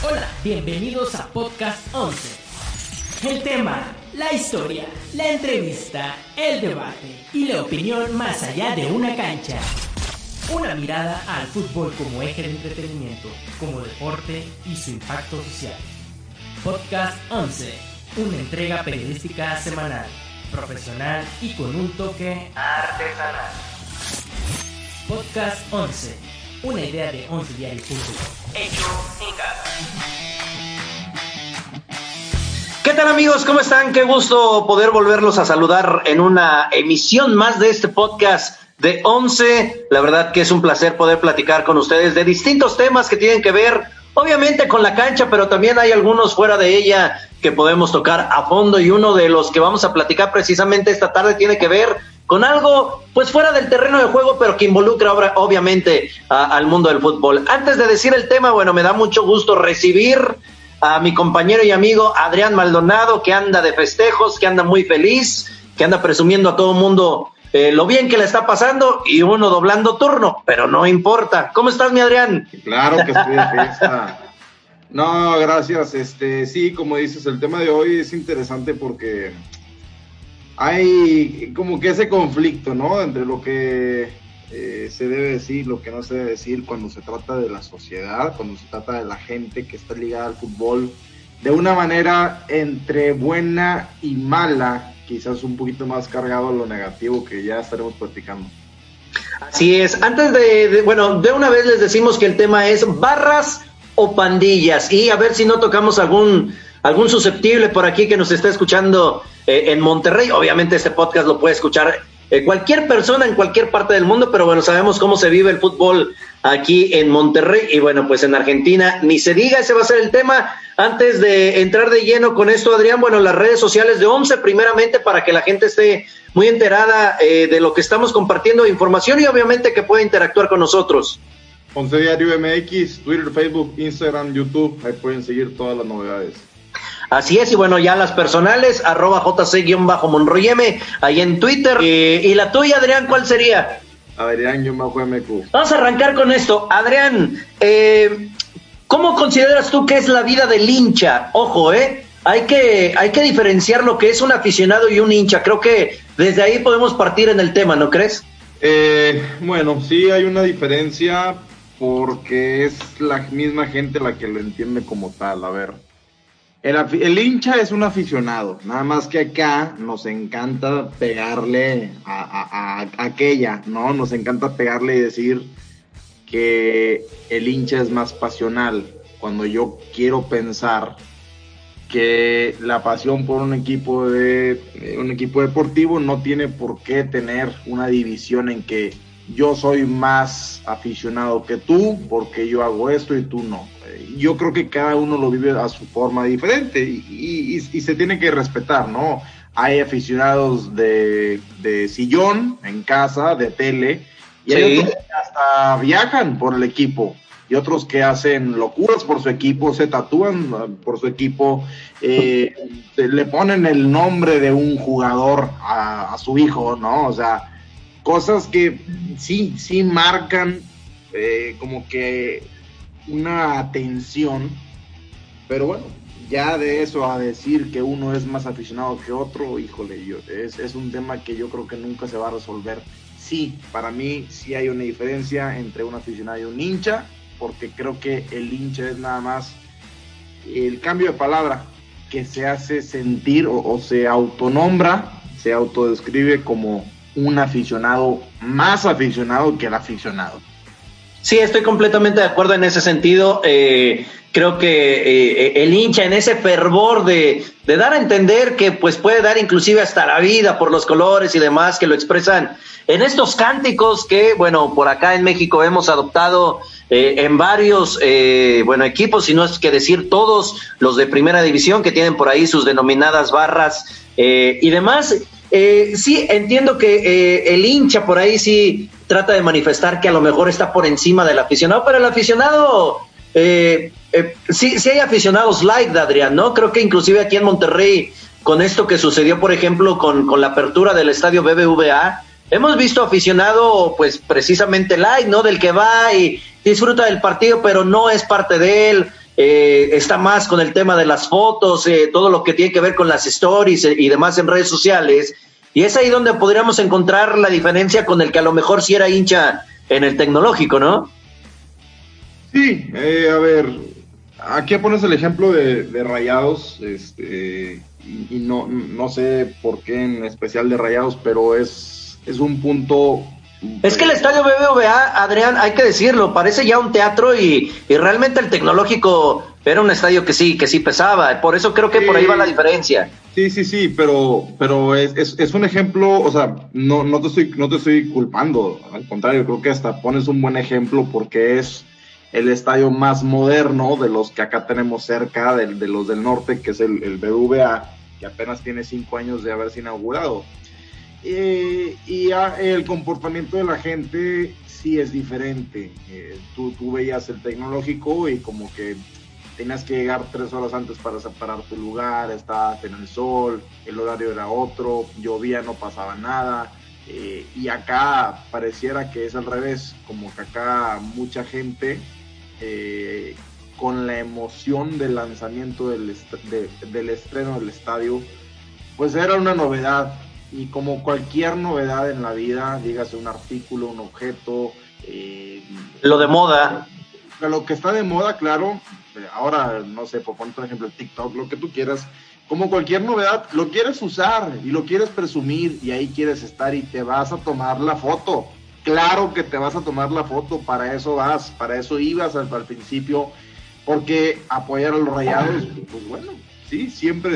Hola, bienvenidos a Podcast 11. El tema, la historia, la entrevista, el debate y la opinión más allá de una cancha. Una mirada al fútbol como eje de entretenimiento, como deporte y su impacto social. Podcast 11, una entrega periodística semanal, profesional y con un toque artesanal. Podcast 11, una idea de 11diario.com, hecho en casa. ¿Qué tal, amigos? ¿Cómo están? Qué gusto poder volverlos a saludar en una emisión más de este podcast de 11. La verdad que es un placer poder platicar con ustedes de distintos temas que tienen que ver, obviamente, con la cancha, pero también hay algunos fuera de ella que podemos tocar a fondo, y uno de los que vamos a platicar precisamente esta tarde tiene que ver con algo pues fuera del terreno de juego, pero que involucra obviamente al mundo del fútbol. Antes de decir el tema, bueno, me da mucho gusto recibir a mi compañero y amigo Adrián Maldonado, que anda de festejos, que anda muy feliz, que anda presumiendo a todo mundo lo bien que le está pasando, y uno doblando turno, pero no importa. ¿Cómo estás, mi Adrián? Claro que estoy de fiesta. No, gracias. Sí, como dices, el tema de hoy es interesante porque hay como que ese conflicto, ¿no? Entre lo que se debe decir, lo que no se debe decir cuando se trata de la sociedad, cuando se trata de la gente que está ligada al fútbol, de una manera entre buena y mala, quizás un poquito más cargado a lo negativo, que ya estaremos platicando. Así es. Antes de una vez les decimos que el tema es barras o pandillas, y a ver si no tocamos algún susceptible por aquí que nos está escuchando en Monterrey. Obviamente este podcast lo puede escuchar cualquier persona en cualquier parte del mundo, pero bueno, sabemos cómo se vive el fútbol aquí en Monterrey, y bueno, pues en Argentina ni se diga. Ese va a ser el tema. Antes de entrar de lleno con esto, Adrián, bueno, las redes sociales de 11, primeramente, para que la gente esté muy enterada de lo que estamos compartiendo de información, y obviamente que pueda interactuar con nosotros. 11 Diario MX, Twitter, Facebook, Instagram, YouTube, ahí pueden seguir todas las novedades. Así es, y bueno, ya las personales, @jc_monroym, ahí en Twitter. ¿Y la tuya, Adrián, cuál sería? Adrián-MQ. Vamos a arrancar con esto. Adrián, ¿cómo consideras tú que es la vida del hincha? Ojo, hay que diferenciar lo que es un aficionado y un hincha. Creo que desde ahí podemos partir en el tema, ¿no crees? Bueno, sí hay una diferencia, porque es la misma gente la que lo entiende como tal. A ver, el hincha es un aficionado, nada más que acá nos encanta pegarle a aquella, ¿no? Nos encanta pegarle y decir que el hincha es más pasional, cuando yo quiero pensar que la pasión por un equipo deportivo no tiene por qué tener una división en que yo soy más aficionado que tú porque yo hago esto y tú no. Yo creo que cada uno lo vive a su forma diferente, y se tiene que respetar, ¿no? Hay aficionados de sillón en casa, de tele, y hay otros que hasta viajan por el equipo, y otros que hacen locuras por su equipo, se tatúan por su equipo, le ponen el nombre de un jugador a su hijo, ¿no? O sea, cosas que sí marcan como que una atención, pero bueno, ya de eso a decir que uno es más aficionado que otro, híjole, es un tema que yo creo que nunca se va a resolver. Sí, para mí sí hay una diferencia entre un aficionado y un hincha, porque creo que el hincha es nada más el cambio de palabra que se hace sentir o se autonombra, se autodescribe como un aficionado, más aficionado que el aficionado. Sí, estoy completamente de acuerdo en ese sentido. Creo que el hincha, en ese fervor de dar a entender que pues puede dar inclusive hasta la vida por los colores y demás, que lo expresan en estos cánticos que, bueno, por acá en México hemos adoptado en varios equipos, si no es que decir todos los de primera división, que tienen por ahí sus denominadas barras y demás. Sí, entiendo que el hincha por ahí sí trata de manifestar que a lo mejor está por encima del aficionado, pero el aficionado, sí hay aficionados light, Adrián, ¿no? Creo que inclusive aquí en Monterrey, con esto que sucedió, por ejemplo, con la apertura del estadio BBVA, hemos visto aficionado, pues precisamente light, ¿no? Del que va y disfruta del partido, pero no es parte de él. está más con el tema de las fotos, todo lo que tiene que ver con las stories y demás en redes sociales, y es ahí donde podríamos encontrar la diferencia con el que a lo mejor sí era hincha en el tecnológico, ¿no? Sí, a ver, aquí pones el ejemplo de Rayados, y no sé por qué en especial de Rayados, pero es un punto. Es que el estadio BBVA, Adrián, hay que decirlo, parece ya un teatro y realmente el tecnológico era un estadio que sí pesaba, por eso creo que por ahí va la diferencia. Sí, pero es un ejemplo, o sea, no te estoy culpando, al contrario, creo que hasta pones un buen ejemplo porque es el estadio más moderno de los que acá tenemos cerca, de los del norte, que es el BBVA, que apenas tiene 5 años de haberse inaugurado. Y el comportamiento de la gente sí es diferente. Tú veías el tecnológico y como que tenías que llegar 3 horas antes para separar tu lugar, estaba en el sol, el horario era otro, llovía, no pasaba nada. Y acá pareciera que es al revés, como que acá mucha gente, con la emoción del lanzamiento del estreno del estadio, pues era una novedad. Y como cualquier novedad en la vida, dígase un artículo, un objeto, lo de moda. Lo que está de moda, claro, ahora, no sé, por poner por ejemplo el TikTok, lo que tú quieras, como cualquier novedad, lo quieres usar y lo quieres presumir y ahí quieres estar y te vas a tomar la foto. Claro que te vas a tomar la foto, para eso vas, para eso ibas al principio, porque apoyar a los Rayados, pues bueno, sí, siempre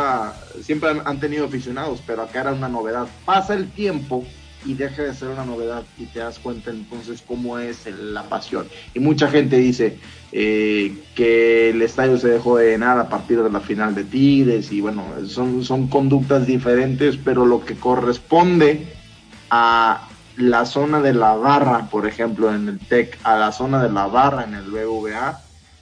han tenido aficionados, pero acá era una novedad. Pasa el tiempo y deja de ser una novedad y te das cuenta entonces cómo es la pasión. Y mucha gente dice que el estadio se dejó de llenar a partir de la final de Tigres y bueno, son conductas diferentes, pero lo que corresponde a la zona de la barra, por ejemplo en el TEC, a la zona de la barra en el BBVA,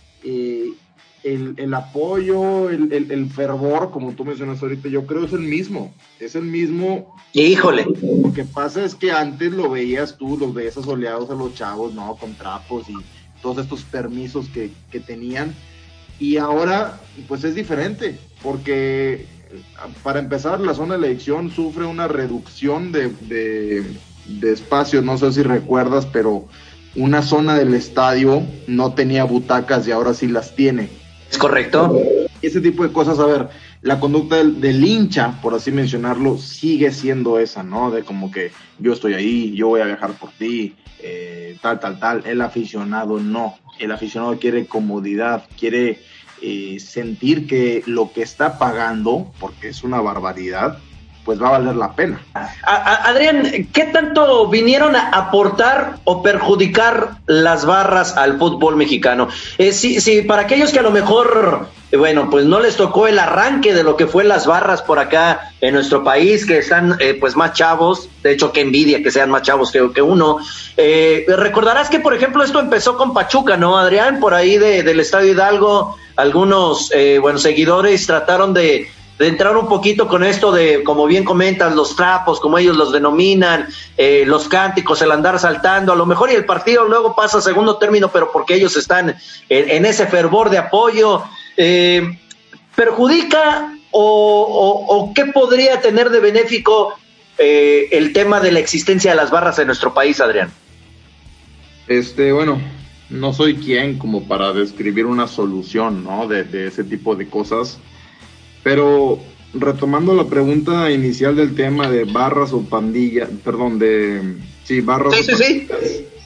el apoyo, el fervor, como tú mencionas ahorita, yo creo es el mismo. Híjole. Lo que pasa es que antes los veías asoleados a los chavos, ¿no? Con trapos y todos estos permisos que tenían. Y ahora, pues es diferente, porque para empezar, la zona de la elección sufre una reducción de espacio, no sé si recuerdas, pero una zona del estadio no tenía butacas y ahora sí las tiene. ¿Es correcto? Ese tipo de cosas, a ver, la conducta del hincha, por así mencionarlo, sigue siendo esa, ¿no? De como que yo estoy ahí, yo voy a viajar por ti, tal. El aficionado no. El aficionado quiere comodidad, quiere sentir que lo que está pagando, porque es una barbaridad, pues va a valer la pena. Adrián, ¿qué tanto vinieron a aportar o perjudicar las barras al fútbol mexicano? Sí, para aquellos que a lo mejor, bueno, pues no les tocó el arranque de lo que fue las barras por acá en nuestro país, que están pues más chavos, de hecho qué envidia que sean más chavos que uno, recordarás que por ejemplo esto empezó con Pachuca, ¿no, Adrián? Por ahí del Estadio Hidalgo, algunos seguidores trataron de entrar un poquito con esto de, como bien comentas, los trapos, como ellos los denominan, los cánticos, el andar saltando, a lo mejor y el partido luego pasa a segundo término, pero porque ellos están en ese fervor de apoyo. ¿Perjudica o qué podría tener de benéfico el tema de la existencia de las barras en nuestro país, Adrián? Bueno, no soy quien como para describir una solución, ¿no? de ese tipo de cosas. Pero retomando la pregunta inicial del tema de barras o pandillas, perdón, barras o pandillas,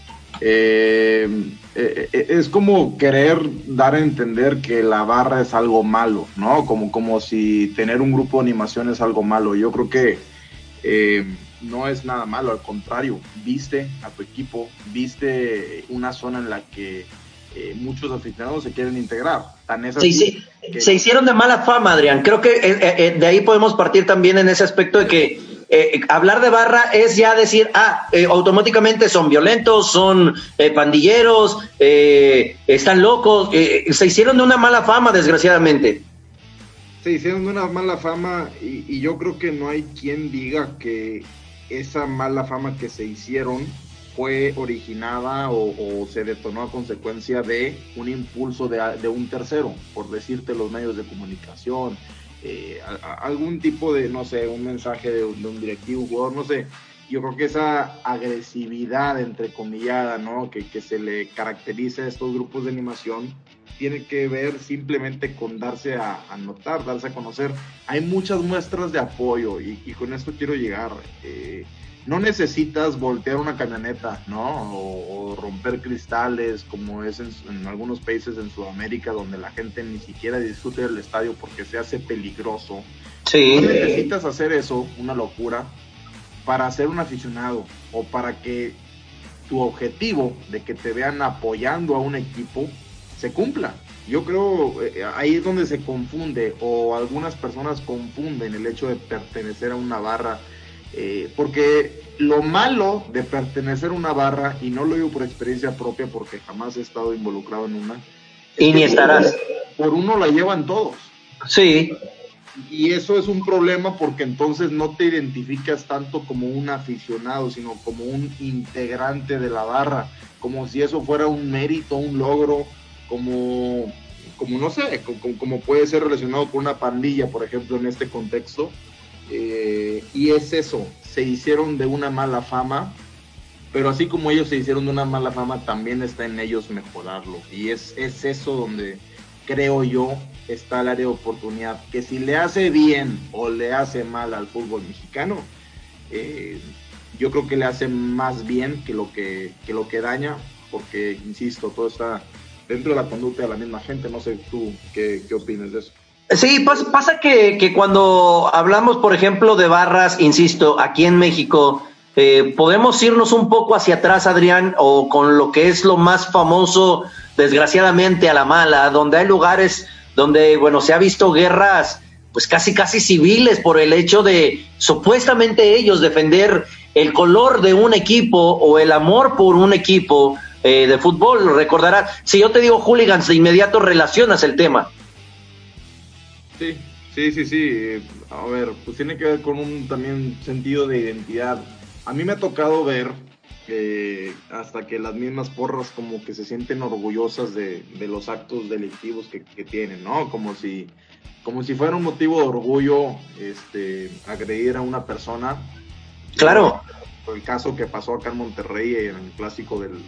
es como querer dar a entender que la barra es algo malo, ¿no? Como si tener un grupo de animación es algo malo. Yo creo que no es nada malo, al contrario, viste a tu equipo, viste una zona en la que muchos aficionados se quieren integrar. Se hicieron de mala fama, Adrián. Creo que de ahí podemos partir también en ese aspecto de que hablar de barra es ya decir, automáticamente son violentos, son pandilleros, están locos. Se hicieron de una mala fama, desgraciadamente. Se hicieron de una mala fama y yo creo que no hay quien diga que esa mala fama que se hicieron fue originada o se detonó a consecuencia de un impulso de un tercero, por decirte los medios de comunicación, algún tipo de, no sé, un mensaje de un directivo, jugador, no sé. Yo creo que esa agresividad entrecomillada, ¿no?, que se le caracteriza a estos grupos de animación, tiene que ver simplemente con darse a notar, darse a conocer. Hay muchas muestras de apoyo y con esto quiero llegar. No necesitas voltear una camioneta, ¿no? O romper cristales, como es en algunos países en Sudamérica, donde la gente ni siquiera disfruta del estadio porque se hace peligroso. Sí. No necesitas hacer eso, una locura, para ser un aficionado o para que tu objetivo de que te vean apoyando a un equipo se cumpla. Yo creo ahí es donde se confunde, o algunas personas confunden el hecho de pertenecer a una barra, porque lo malo de pertenecer a una barra, y no lo digo por experiencia propia porque jamás he estado involucrado en una, Y ni estarás. Por uno la llevan todos. Sí. Y eso es un problema porque entonces no te identificas tanto como un aficionado, sino como un integrante de la barra, como si eso fuera un mérito, un logro, como no sé, como puede ser relacionado con una pandilla, por ejemplo, en este contexto. Y es eso, se hicieron de una mala fama, pero así como ellos se hicieron de una mala fama, también está en ellos mejorarlo. Y es eso donde creo yo está el área de oportunidad, que si le hace bien o le hace mal al fútbol mexicano, yo creo que le hace más bien que lo que daña, porque, insisto, todo está dentro de la conducta de la misma gente. No sé tú qué opinas de eso. Sí, pasa que cuando hablamos, por ejemplo, de barras, insisto, aquí en México, podemos irnos un poco hacia atrás, Adrián, o con lo que es lo más famoso, desgraciadamente, a la mala, donde hay lugares donde, bueno, se ha visto guerras, pues casi civiles, por el hecho de, supuestamente ellos, defender el color de un equipo o el amor por un equipo de fútbol. Recordarás, si yo te digo hooligans, de inmediato relacionas el tema. Sí. A ver, pues tiene que ver con un también sentido de identidad. A mí me ha tocado ver hasta que las mismas porras como que se sienten orgullosas de los actos delictivos que tienen, ¿no? Como si fuera un motivo de orgullo agredir a una persona. Claro. El caso que pasó acá en Monterrey en el clásico del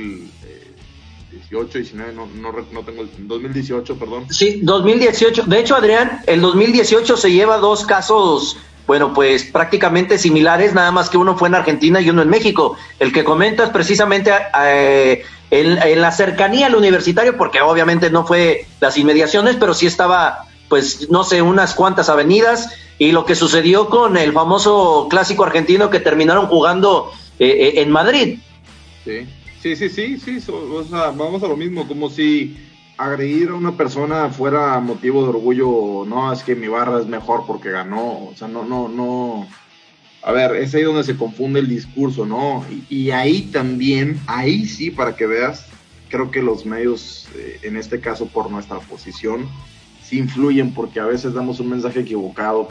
2018, 19, no tengo el 2018, perdón. Sí, 2018. De hecho, Adrián, el 2018 se lleva dos casos, bueno, pues prácticamente similares, nada más que uno fue en Argentina y uno en México. El que comentas precisamente en la cercanía al Universitario, porque obviamente no fue las inmediaciones, pero sí estaba, pues, no sé, unas cuantas avenidas, y lo que sucedió con el famoso clásico argentino que terminaron jugando en Madrid. Sí. O sea, vamos a lo mismo, como si agredir a una persona fuera motivo de orgullo. No, es que mi barra es mejor porque ganó. O sea, no. A ver, es ahí donde se confunde el discurso, ¿no? Y ahí también, ahí sí, para que veas, creo que los medios, en este caso por nuestra posición, sí influyen, porque a veces damos un mensaje equivocado,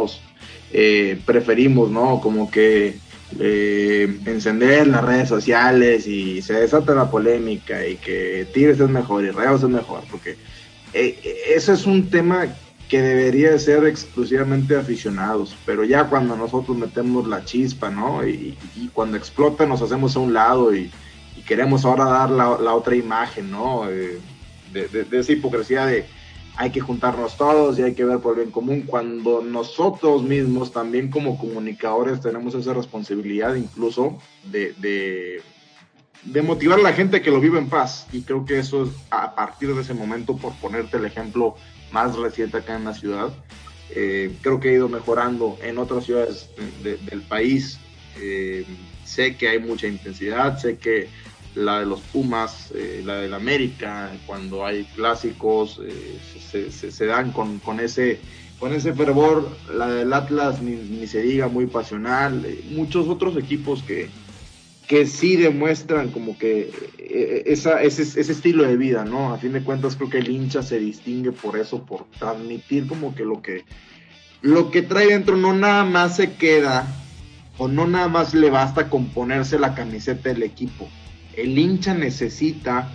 preferimos, ¿no? Como que encender las redes sociales y se desata la polémica y que Tigres es mejor y Rayados es mejor, porque eso es un tema que debería ser exclusivamente aficionados, pero ya cuando nosotros metemos la chispa, ¿no? Y cuando explota nos hacemos a un lado y queremos ahora dar la otra imagen, ¿no? De esa hipocresía de hay que juntarnos todos y hay que ver por el bien común, cuando nosotros mismos también como comunicadores tenemos esa responsabilidad incluso de motivar a la gente que lo vive en paz. Y creo que eso es a partir de ese momento, por ponerte el ejemplo más reciente acá en la ciudad, creo que ha ido mejorando. En otras ciudades del país sé que hay mucha intensidad, sé que la de los Pumas, la del América, cuando hay clásicos, se dan con ese fervor. La del Atlas ni se diga, muy pasional. Muchos otros equipos que sí demuestran como que ese estilo de vida, ¿no? A fin de cuentas creo que el hincha se distingue por eso, por transmitir como que lo que trae dentro no nada más se queda o no nada más le basta con ponerse la camiseta del equipo. El hincha necesita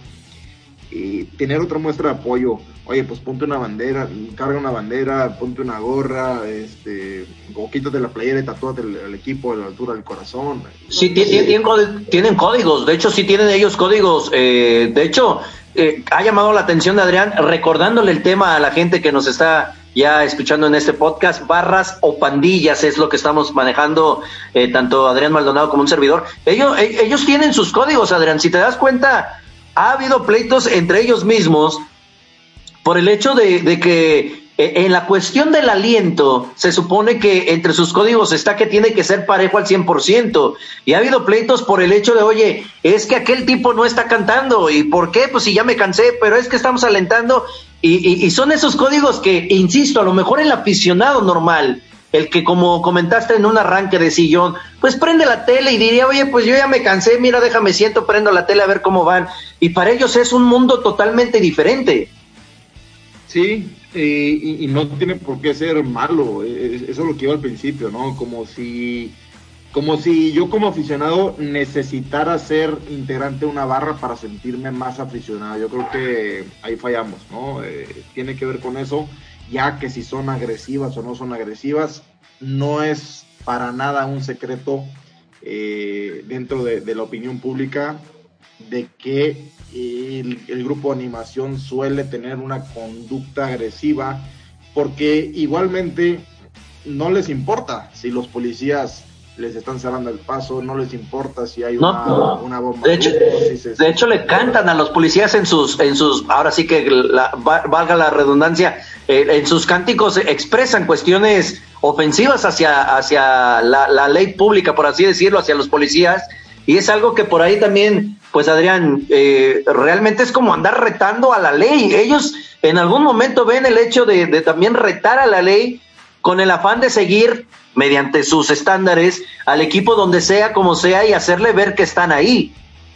tener otra muestra de apoyo. Oye, pues ponte una bandera, carga una bandera, ponte una gorra, o quítate la playera y tatúate el equipo a la altura del corazón. Sí, tienen códigos, de hecho sí tienen ellos códigos, de hecho ha llamado la atención de Adrián, recordándole el tema a la gente que nos está ya escuchando en este podcast, barras o pandillas es lo que estamos manejando, tanto Adrián Maldonado como un servidor. Ellos tienen sus códigos, Adrián, si te das cuenta, ha habido pleitos entre ellos mismos por el hecho de que en la cuestión del aliento se supone que entre sus códigos está que tiene que ser parejo al 100%, y ha habido pleitos por el hecho de, oye, es que aquel tipo no está cantando, ¿y por qué? Pues si ya me cansé, pero es que estamos alentando, y son esos códigos que, insisto, a lo mejor el aficionado normal, el que como comentaste en un arranque de sillón, pues prende la tele y diría, oye, pues yo ya me cansé, mira, déjame siento, prendo la tele a ver cómo van, y para ellos es un mundo totalmente diferente. Sí, y no tiene por qué ser malo, eso es lo que iba al principio, ¿no? Como si yo como aficionado necesitara ser integrante de una barra para sentirme más aficionado. Yo creo que ahí fallamos, ¿no? Tiene que ver con eso, ya que si son agresivas o no son agresivas, no es para nada un secreto dentro de la opinión pública de que el grupo de animación suele tener una conducta agresiva, porque igualmente no les importa si los policías les están cerrando el paso, no les importa si hay una bomba. De hecho le cantan a los policías en sus ahora sí que valga la redundancia, en sus cánticos expresan cuestiones ofensivas hacia la ley pública, por así decirlo, hacia los policías, y es algo que por ahí también, pues Adrián, realmente es como andar retando a la ley. Ellos en algún momento ven el hecho de también retar a la ley con el afán de seguir mediante sus estándares al equipo donde sea, como sea, y hacerle ver que están ahí.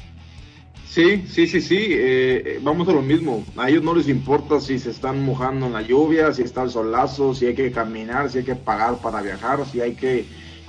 Sí, vamos a lo mismo. A ellos no les importa si se están mojando en la lluvia, si está el solazo, si hay que caminar, si hay que pagar para viajar, si hay que,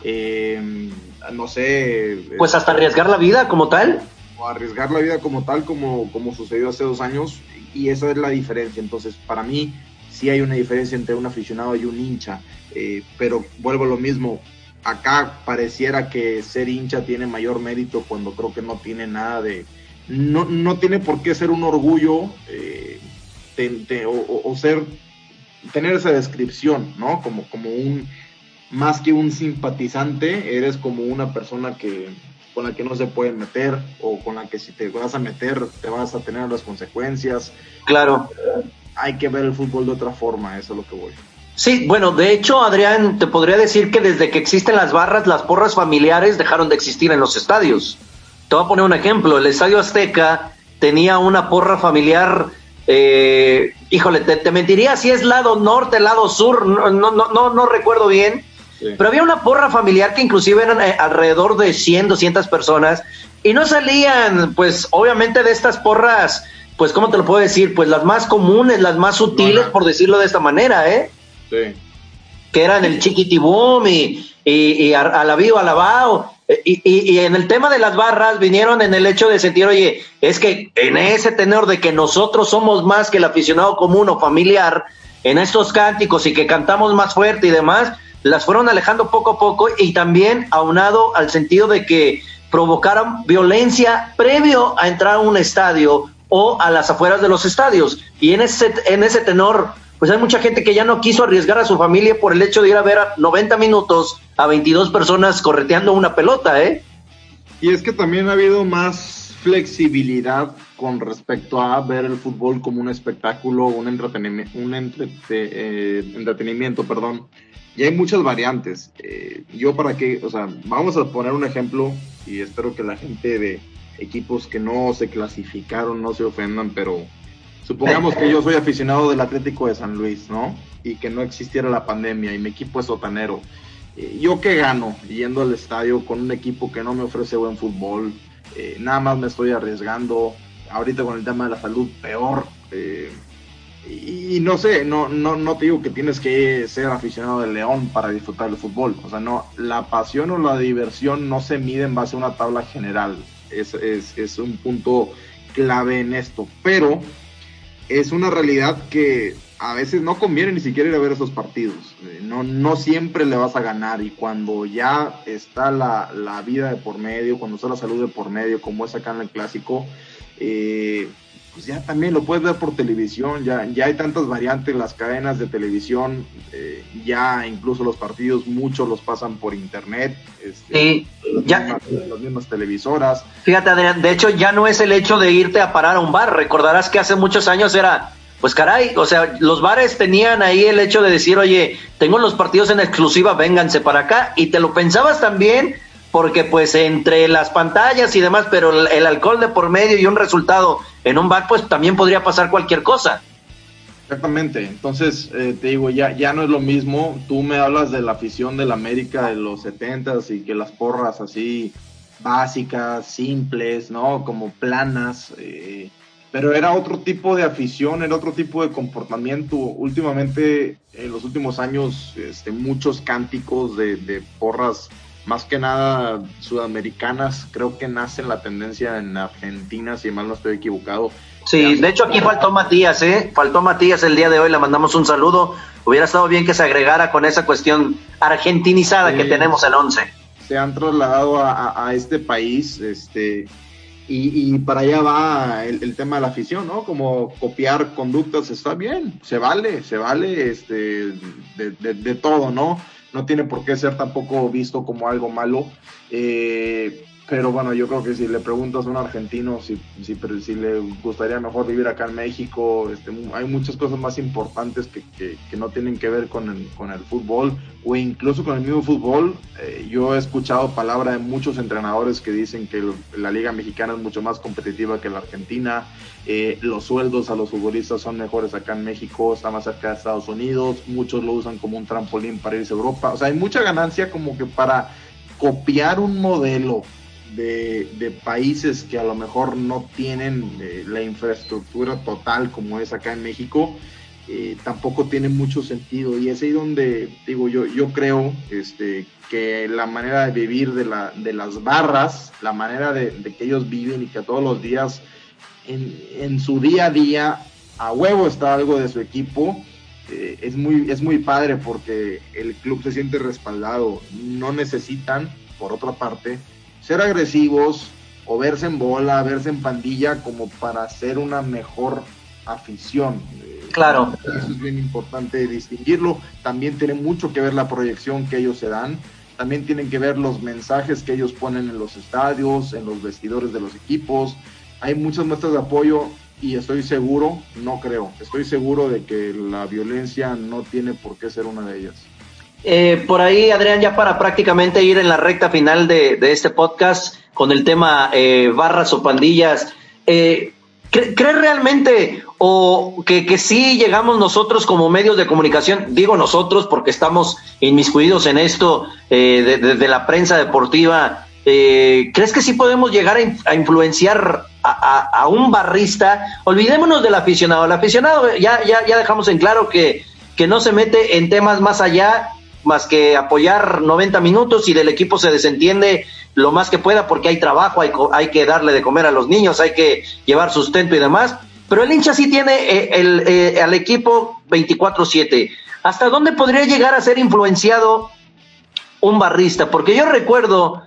no sé... Pues hasta arriesgar la vida como tal. O arriesgar la vida como tal, como sucedió hace 2 años, y esa es la diferencia. Entonces, para mí, sí hay una diferencia entre un aficionado y un hincha, pero vuelvo a lo mismo. Acá pareciera que ser hincha tiene mayor mérito, cuando creo que no tiene nada de... No tiene por qué ser un orgullo tener esa descripción, ¿no? Como un, más que un simpatizante, eres como una persona con la que no se pueden meter, o con la que si te vas a meter te vas a tener las consecuencias. Claro. Hay que ver el fútbol de otra forma, eso es lo que voy. Sí, bueno, de hecho, Adrián, te podría decir que desde que existen las barras, las porras familiares dejaron de existir en los estadios. Te voy a poner un ejemplo. El Estadio Azteca tenía una porra familiar, híjole, te mentiría si es lado norte, lado sur, no recuerdo bien, sí. Pero había una porra familiar que inclusive eran alrededor de 100, 200 personas, y no salían, pues, obviamente de estas porras, pues, ¿cómo te lo puedo decir? Pues las más comunes, las más sutiles, por decirlo de esta manera, Sí. Que eran el Chiquitibum y Alabío, Alabao. Y en el tema de las barras vinieron en el hecho de sentir, oye, es que en ese tenor de que nosotros somos más que el aficionado común o familiar en estos cánticos y que cantamos más fuerte y demás, las fueron alejando poco a poco, y también aunado al sentido de que provocaron violencia previo a entrar a un estadio o a las afueras de los estadios, y en ese tenor pues hay mucha gente que ya no quiso arriesgar a su familia por el hecho de ir a ver a 90 minutos a 22 personas correteando una pelota, Y es que también ha habido más flexibilidad con respecto a ver el fútbol como un espectáculo, un entretenimiento, perdón. Y hay muchas variantes. Vamos a poner un ejemplo, y espero que la gente de equipos que no se clasificaron no se ofendan, pero supongamos que yo soy aficionado del Atlético de San Luis, ¿no? Y que no existiera la pandemia y mi equipo es sotanero. ¿Yo qué gano yendo al estadio con un equipo que no me ofrece buen fútbol? Nada más me estoy arriesgando. Ahorita con el tema de la salud, peor. Y no sé, no te digo que tienes que ser aficionado del León para disfrutar del fútbol. O sea, no, la pasión o la diversión no se mide en base a una tabla general. Es un punto clave en esto. Pero es una realidad que a veces no conviene ni siquiera ir a ver esos partidos. No siempre le vas a ganar. Y cuando ya está la vida de por medio, cuando está la salud de por medio, como es acá en el Clásico, pues ya también lo puedes ver por televisión, ya hay tantas variantes, las cadenas de televisión, ya incluso los partidos, muchos los pasan por internet, sí, las mismas televisoras. Fíjate, Adrián, de hecho ya no es el hecho de irte a parar a un bar, recordarás que hace muchos años era, pues caray, o sea, los bares tenían ahí el hecho de decir, oye, tengo los partidos en exclusiva, vénganse para acá, y te lo pensabas también, porque pues entre las pantallas y demás, pero el alcohol de por medio y un resultado en un bar, pues también podría pasar cualquier cosa. Exactamente, entonces te digo, ya no es lo mismo. Tú me hablas de la afición del América de los 70s y que las porras así básicas, simples, ¿no? Como planas, pero era otro tipo de afición, era otro tipo de comportamiento. Últimamente, en los últimos años, muchos cánticos de porras, más que nada sudamericanas, creo que nace la tendencia en Argentina, si mal no estoy equivocado. Sí, de hecho aquí faltó Matías, faltó Matías el día de hoy, le mandamos un saludo. Hubiera estado bien que se agregara con esa cuestión argentinizada que tenemos el 11. Se han trasladado a este país, y para allá va el tema de la afición, ¿no? Como copiar conductas está bien, se vale de todo, ¿no? No tiene por qué ser tampoco visto como algo malo, pero bueno, yo creo que si le preguntas a un argentino si le gustaría mejor vivir acá en México, hay muchas cosas más importantes que no tienen que ver con el fútbol, o incluso con el mismo fútbol. Yo he escuchado palabra de muchos entrenadores que dicen que la Liga Mexicana es mucho más competitiva que la Argentina, los sueldos a los futbolistas son mejores acá en México, está más cerca de Estados Unidos, muchos lo usan como un trampolín para irse a Europa. O sea, hay mucha ganancia como que para copiar un modelo de países que a lo mejor no tienen la infraestructura total como es acá en México. Tampoco tiene mucho sentido, y es ahí donde digo yo creo que la manera de vivir de las barras, la manera de que ellos viven y que todos los días en su día a día a huevo está algo de su equipo, es muy padre porque el club se siente respaldado. No necesitan, por otra parte, ser agresivos o verse en bola, verse en pandilla como para ser una mejor afición. Claro. Eso es bien importante distinguirlo. También tiene mucho que ver la proyección que ellos se dan. También tienen que ver los mensajes que ellos ponen en los estadios, en los vestidores de los equipos. Hay muchas muestras de apoyo y estoy seguro de que la violencia no tiene por qué ser una de ellas. Por ahí, Adrián, ya para prácticamente ir en la recta final de este podcast con el tema barras o pandillas, ¿crees realmente o que sí llegamos nosotros como medios de comunicación, digo nosotros porque estamos inmiscuidos en esto de la prensa deportiva, ¿crees que sí podemos llegar a influenciar a un barrista? Olvidémonos del aficionado. El aficionado ya dejamos en claro que no se mete en temas más allá, más que apoyar 90 minutos y del equipo se desentiende lo más que pueda porque hay trabajo, hay que darle de comer a los niños, hay que llevar sustento y demás, pero el hincha sí tiene al equipo 24/7. ¿Hasta dónde podría llegar a ser influenciado un barrista? Porque yo recuerdo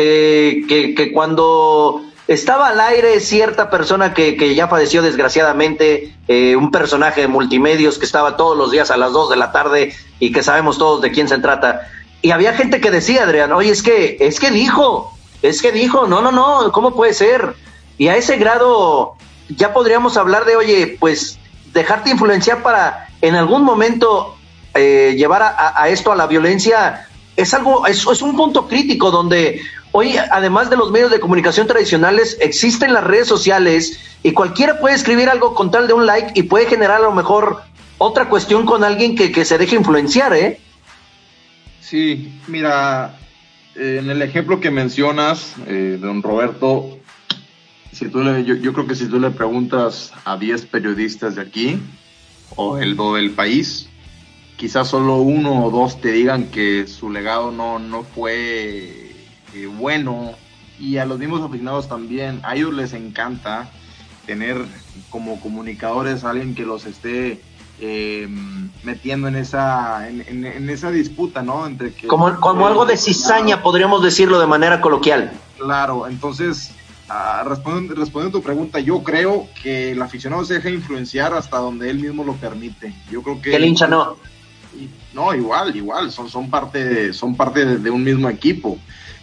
que cuando estaba al aire cierta persona que ya falleció desgraciadamente, un personaje de multimedios que estaba todos los días a las 2 de la tarde y que sabemos todos de quién se trata, y había gente que decía, Adrián, oye, es que dijo, no, ¿cómo puede ser? Y a ese grado ya podríamos hablar de, oye, pues dejarte influenciar para en algún momento llevar a esto, a la violencia. Es un punto crítico donde hoy, además de los medios de comunicación tradicionales, existen las redes sociales y cualquiera puede escribir algo con tal de un like y puede generar a lo mejor otra cuestión con alguien que se deje influenciar, ¿eh? Sí, mira, en el ejemplo que mencionas, don Roberto, yo creo que si tú le preguntas a 10 periodistas de aquí, o del país, quizás solo uno o dos te digan que su legado no fue bueno, y a los mismos aficionados también, a ellos les encanta tener como comunicadores a alguien que los esté metiendo en esa disputa, ¿no? Entre que como algo de cizaña, podríamos decirlo de manera coloquial. Claro, entonces, respondiendo a tu pregunta, yo creo que el aficionado se deja influenciar hasta donde él mismo lo permite. Yo creo que el hincha no. No, igual, son parte de un mismo equipo,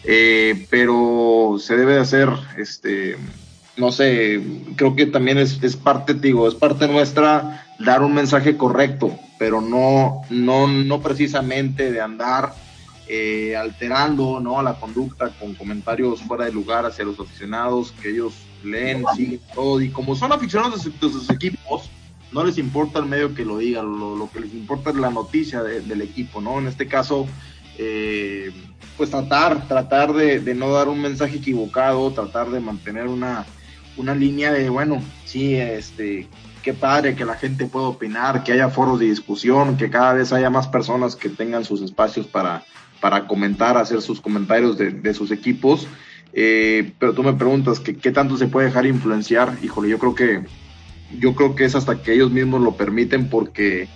pero se debe de hacer, no sé, creo que también es parte nuestra dar un mensaje correcto, pero no precisamente de andar alterando, ¿no?, la conducta con comentarios fuera de lugar hacia los aficionados, que ellos leen, siguen todo, y como son aficionados de sus equipos, no les importa el medio que lo diga, lo que les importa es la noticia del equipo, ¿no? En este caso, pues tratar de no dar un mensaje equivocado, tratar de mantener una línea de, bueno, sí, qué padre que la gente pueda opinar, que haya foros de discusión, que cada vez haya más personas que tengan sus espacios para comentar, hacer sus comentarios de sus equipos, pero tú me preguntas que qué tanto se puede dejar influenciar. Híjole, yo creo que es hasta que ellos mismos lo permiten, porque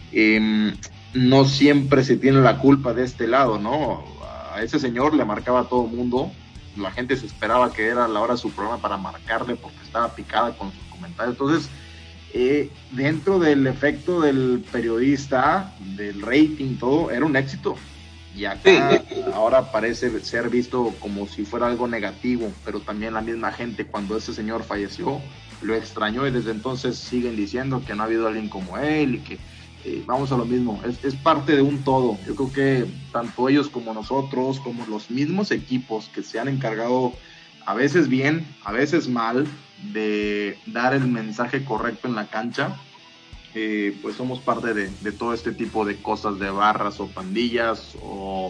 no siempre se tiene la culpa de este lado, ¿no? A ese señor le marcaba a todo el mundo, la gente se esperaba que era la hora de su programa para marcarle porque estaba picada con sus comentarios. Entonces, dentro del efecto del periodista, del rating, todo, era un éxito. Y acá ahora parece ser visto como si fuera algo negativo, pero también la misma gente, cuando ese señor falleció, lo extrañó, y desde entonces siguen diciendo que no ha habido alguien como él, y que vamos a lo mismo, es parte de un todo. Yo creo que tanto ellos como nosotros, como los mismos equipos que se han encargado, a veces bien, a veces mal, de dar el mensaje correcto en la cancha, pues somos parte de todo este tipo de cosas, de barras o pandillas, o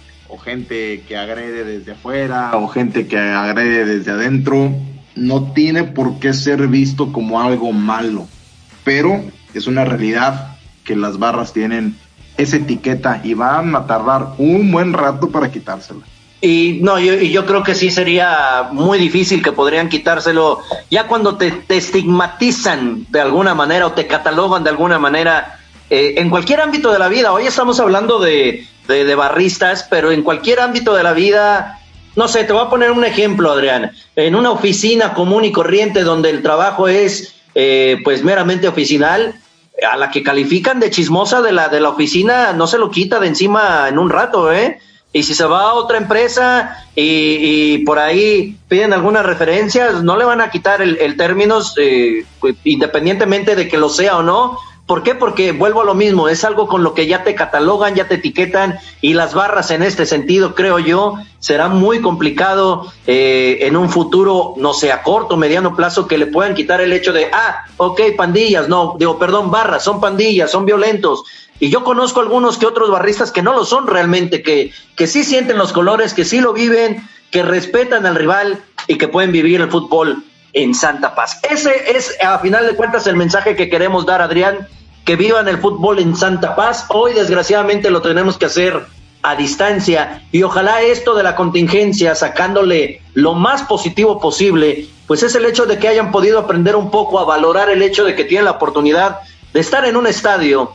gente que agrede desde afuera, o gente que agrede desde adentro. No tiene por qué ser visto como algo malo, pero es una realidad que las barras tienen esa etiqueta y van a tardar un buen rato para quitársela. Y yo creo que sí sería muy difícil que podrían quitárselo ya cuando te estigmatizan de alguna manera o te catalogan de alguna manera, en cualquier ámbito de la vida. Hoy estamos hablando de barristas, pero en cualquier ámbito de la vida. No sé, te voy a poner un ejemplo, Adrián. En una oficina común y corriente donde el trabajo es pues meramente oficinal, a la que califican de chismosa de la oficina no se lo quita de encima en un rato, Y si se va a otra empresa y por ahí piden algunas referencias, no le van a quitar el término, independientemente de que lo sea o no. ¿Por qué? Porque vuelvo a lo mismo, es algo con lo que ya te catalogan, ya te etiquetan, y las barras en este sentido, creo yo, será muy complicado en un futuro, no sé, a corto o mediano plazo, que le puedan quitar el hecho de, pandillas, barras, son pandillas, son violentos. Y yo conozco algunos que otros barristas que no lo son realmente, que sí sienten los colores, que sí lo viven, que respetan al rival y que pueden vivir el fútbol en santa paz. Ese es, a final de cuentas, el mensaje que queremos dar, Adrián, que vivan el fútbol en santa paz. Hoy, desgraciadamente, lo tenemos que hacer a distancia, y ojalá esto de la contingencia, sacándole lo más positivo posible, pues es el hecho de que hayan podido aprender un poco a valorar el hecho de que tienen la oportunidad de estar en un estadio,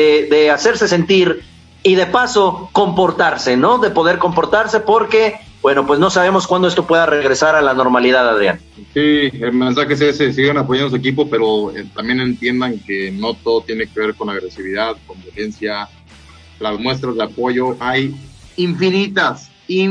de hacerse sentir y de paso comportarse, ¿no? De poder comportarse, porque bueno, pues no sabemos cuándo esto pueda regresar a la normalidad, Adrián. Sí, el mensaje es ese: sigan apoyando a su equipo, pero también entiendan que no todo tiene que ver con agresividad, con violencia. Las muestras de apoyo hay infinitas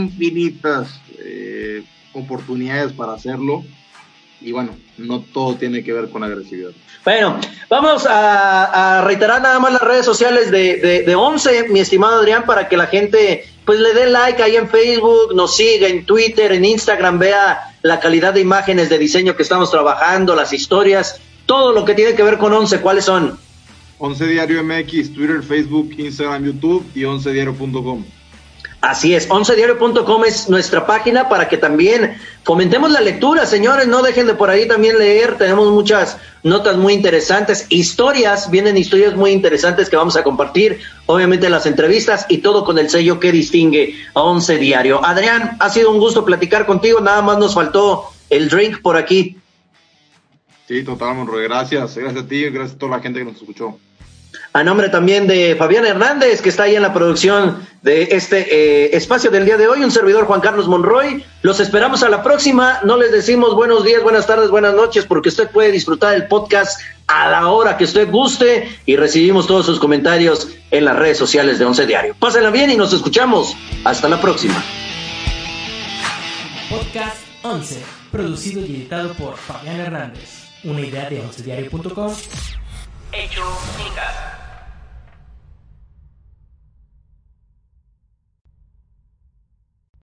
oportunidades para hacerlo, y bueno, no todo tiene que ver con agresividad. Bueno, vamos a reiterar nada más las redes sociales de ONCE, mi estimado Adrián, para que la gente pues le dé like ahí en Facebook, nos siga en Twitter, en Instagram, vea la calidad de imágenes de diseño que estamos trabajando, las historias, todo lo que tiene que ver con ONCE. ¿Cuáles son? ONCE Diario MX, Twitter, Facebook, Instagram, YouTube y oncediario.com. Así es, oncediario.com es nuestra página para que también fomentemos la lectura, señores, no dejen de por ahí también leer, tenemos muchas notas muy interesantes, vienen historias muy interesantes que vamos a compartir, obviamente las entrevistas y todo con el sello que distingue a Once Diario. Adrián, ha sido un gusto platicar contigo, nada más nos faltó el drink por aquí. Sí, total, Monroy, gracias a ti, gracias a toda la gente que nos escuchó. A nombre también de Fabián Hernández, que está ahí en la producción de este espacio del día de hoy, un servidor Juan Carlos Monroy, los esperamos a la próxima, no les decimos buenos días, buenas tardes, buenas noches, porque usted puede disfrutar el podcast a la hora que usted guste y recibimos todos sus comentarios en las redes sociales de Once Diario. Pásenla bien y nos escuchamos, hasta la próxima. Podcast 11, producido y editado por Fabián Hernández, una idea de oncediario.com, hecho en casa.